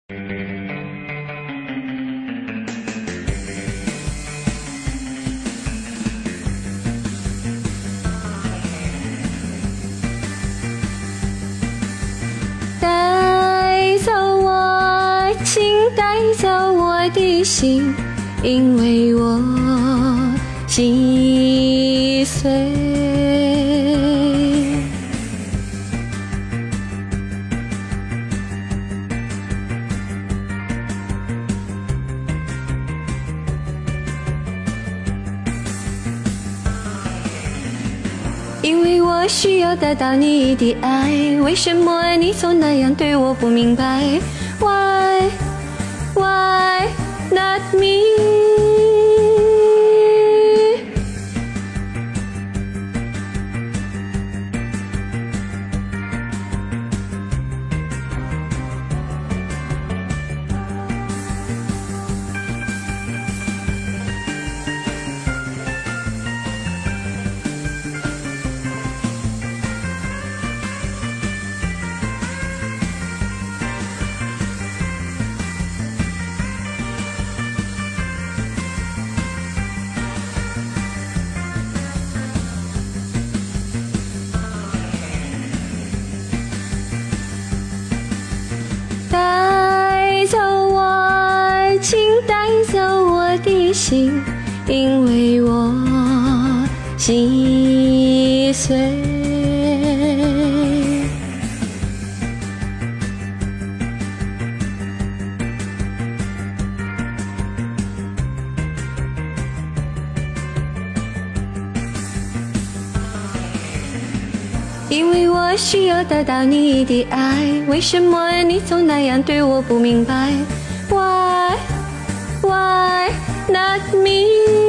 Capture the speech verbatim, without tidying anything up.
带走我，请带走我的心，因为我心碎。因为我需要得到你的爱，为什么你总那样对我不明白 ？Why, why not me？ 带走我，请带走我的心，因为我心碎。因为我需要得到你的爱，为什么你总那样对我不明白 ？Why, why not me？